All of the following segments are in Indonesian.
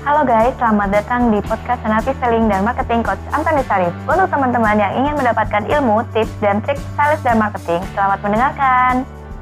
Halo guys, selamat datang di podcast Hanafi Selling dan Marketing Coach Antoni Sarif. Untuk teman-teman yang ingin mendapatkan ilmu, tips, dan trik sales dan marketing, selamat mendengarkan.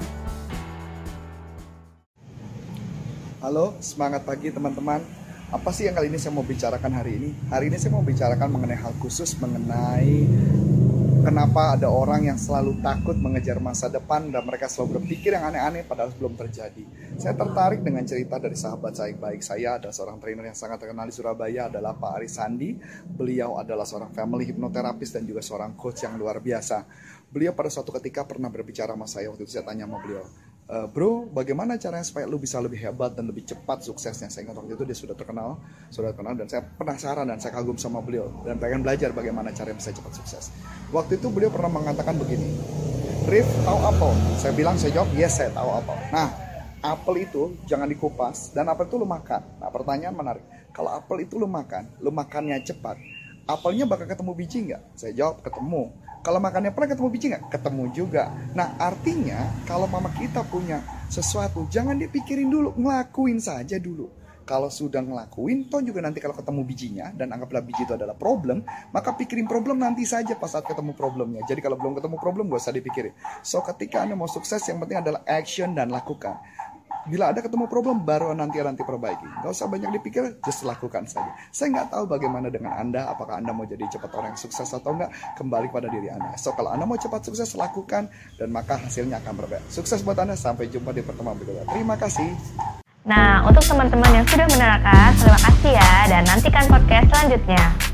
Halo, semangat pagi teman-teman. Apa sih yang kali ini saya mau bicarakan hari ini? Hari ini saya mau bicarakan mengenai hal khusus mengenai kenapa ada orang yang selalu takut mengejar masa depan dan mereka selalu berpikir yang aneh-aneh padahal belum terjadi. Saya tertarik dengan cerita dari sahabat saya baik saya, ada seorang trainer yang sangat terkenal di Surabaya, adalah Pak Aris Sandi. Beliau adalah seorang family hypnotherapist dan juga seorang coach yang luar biasa. Beliau pada suatu ketika pernah berbicara sama saya, waktu itu saya tanya sama beliau, bro, bagaimana caranya supaya lu bisa lebih hebat dan lebih cepat suksesnya? Saya ingat waktu itu dia sudah terkenal dan saya penasaran dan saya kagum sama beliau dan pengen belajar bagaimana caranya bisa cepat sukses. Waktu itu beliau pernah mengatakan begini, Rif, tahu apel? Saya bilang, saya jawab, yes, saya tahu apel. Nah, apel itu jangan dikupas dan apel itu lu makan. Nah, pertanyaan menarik, kalau apel itu lu makannya cepat, apelnya bakal ketemu biji nggak? Saya jawab, ketemu. Kalau makannya pernah ketemu biji nggak? Ketemu juga. Nah, artinya kalau mama kita punya sesuatu, jangan dipikirin dulu, ngelakuin saja dulu. Kalau sudah ngelakuin, toh juga nanti kalau ketemu bijinya, dan anggaplah biji itu adalah problem, maka pikirin problem nanti saja pas saat ketemu problemnya. Jadi kalau belum ketemu problem, gak usah dipikirin. So, ketika Anda mau sukses, yang penting adalah action dan lakukan. Bila ada ketemu problem, baru nanti perbaiki. Gak usah banyak dipikir, just lakukan saja. Saya nggak tahu bagaimana dengan Anda, apakah Anda mau jadi cepat orang yang sukses atau enggak, kembali pada diri Anda. So, kalau Anda mau cepat sukses, lakukan, dan maka hasilnya akan berbeda. Sukses buat Anda, sampai jumpa di pertemuan berikutnya. Terima kasih. Nah, untuk teman-teman yang sudah menerangkan, terima kasih ya, dan nantikan podcast selanjutnya.